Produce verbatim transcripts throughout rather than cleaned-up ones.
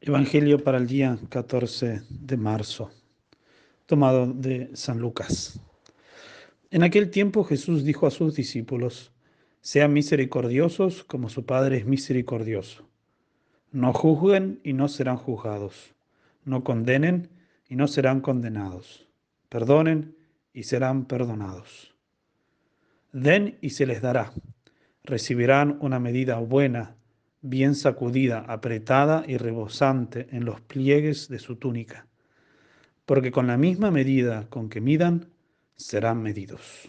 Evangelio para el día catorce de marzo, tomado de San Lucas. En aquel tiempo Jesús dijo a sus discípulos: sean misericordiosos como su Padre es misericordioso. No juzguen y no serán juzgados. No condenen y no serán condenados. Perdonen y serán perdonados. Den y se les dará. Recibirán una medida buena, bien sacudida, apretada y rebosante en los pliegues de su túnica, porque con la misma medida con que midan, serán medidos.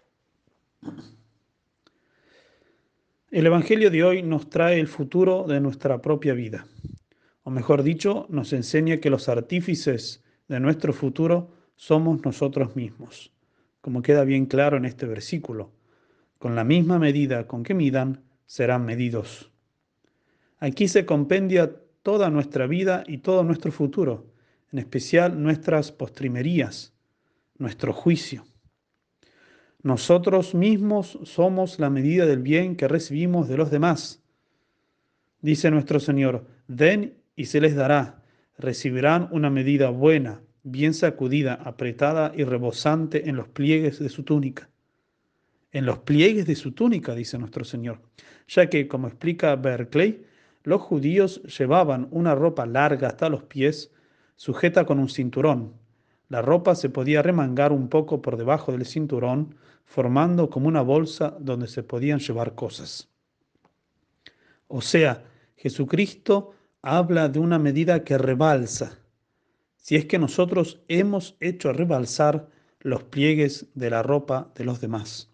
El Evangelio de hoy nos trae el futuro de nuestra propia vida, o mejor dicho, nos enseña que los artífices de nuestro futuro somos nosotros mismos, como queda bien claro en este versículo. Con la misma medida con que midan, serán medidos. Aquí se compendia toda nuestra vida y todo nuestro futuro, en especial nuestras postrimerías, nuestro juicio. Nosotros mismos somos la medida del bien que recibimos de los demás. Dice nuestro Señor: den y se les dará, recibirán una medida buena, bien sacudida, apretada y rebosante en los pliegues de su túnica. En los pliegues de su túnica, dice nuestro Señor, ya que, como explica Berkeley, los judíos llevaban una ropa larga hasta los pies, sujeta con un cinturón. La ropa se podía remangar un poco por debajo del cinturón, formando como una bolsa donde se podían llevar cosas. O sea, Jesucristo habla de una medida que rebalsa, si es que nosotros hemos hecho rebalsar los pliegues de la ropa de los demás.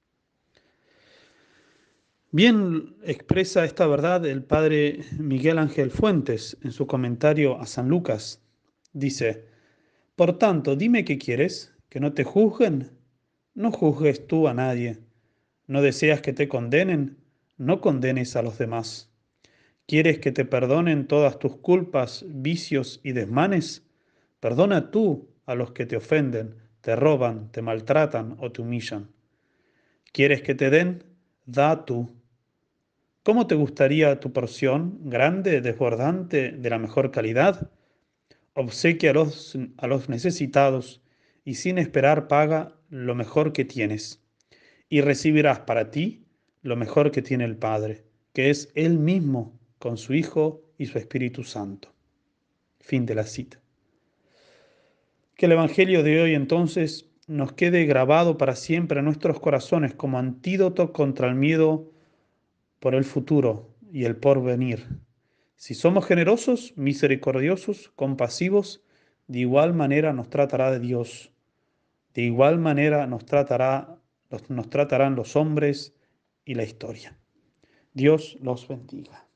Bien expresa esta verdad el padre Miguel Ángel Fuentes en su comentario a San Lucas. Dice: por tanto, dime qué quieres, ¿que no te juzguen? No juzgues tú a nadie. ¿No deseas que te condenen? No condenes a los demás. ¿Quieres que te perdonen todas tus culpas, vicios y desmanes? Perdona tú a los que te ofenden, te roban, te maltratan o te humillan. ¿Quieres que te den? Da tú. ¿Cómo te gustaría tu porción? ¿Grande, desbordante, de la mejor calidad? Obsequia a los, a los necesitados y sin esperar paga lo mejor que tienes. Y recibirás para ti lo mejor que tiene el Padre, que es Él mismo con su Hijo y su Espíritu Santo. Fin de la cita. Que el Evangelio de hoy entonces nos quede grabado para siempre en nuestros corazones como antídoto contra el miedo por el futuro y el porvenir. Si somos generosos, misericordiosos, compasivos, de igual manera nos tratará de Dios. De igual manera nos tratará, nos tratarán los hombres y la historia. Dios los bendiga.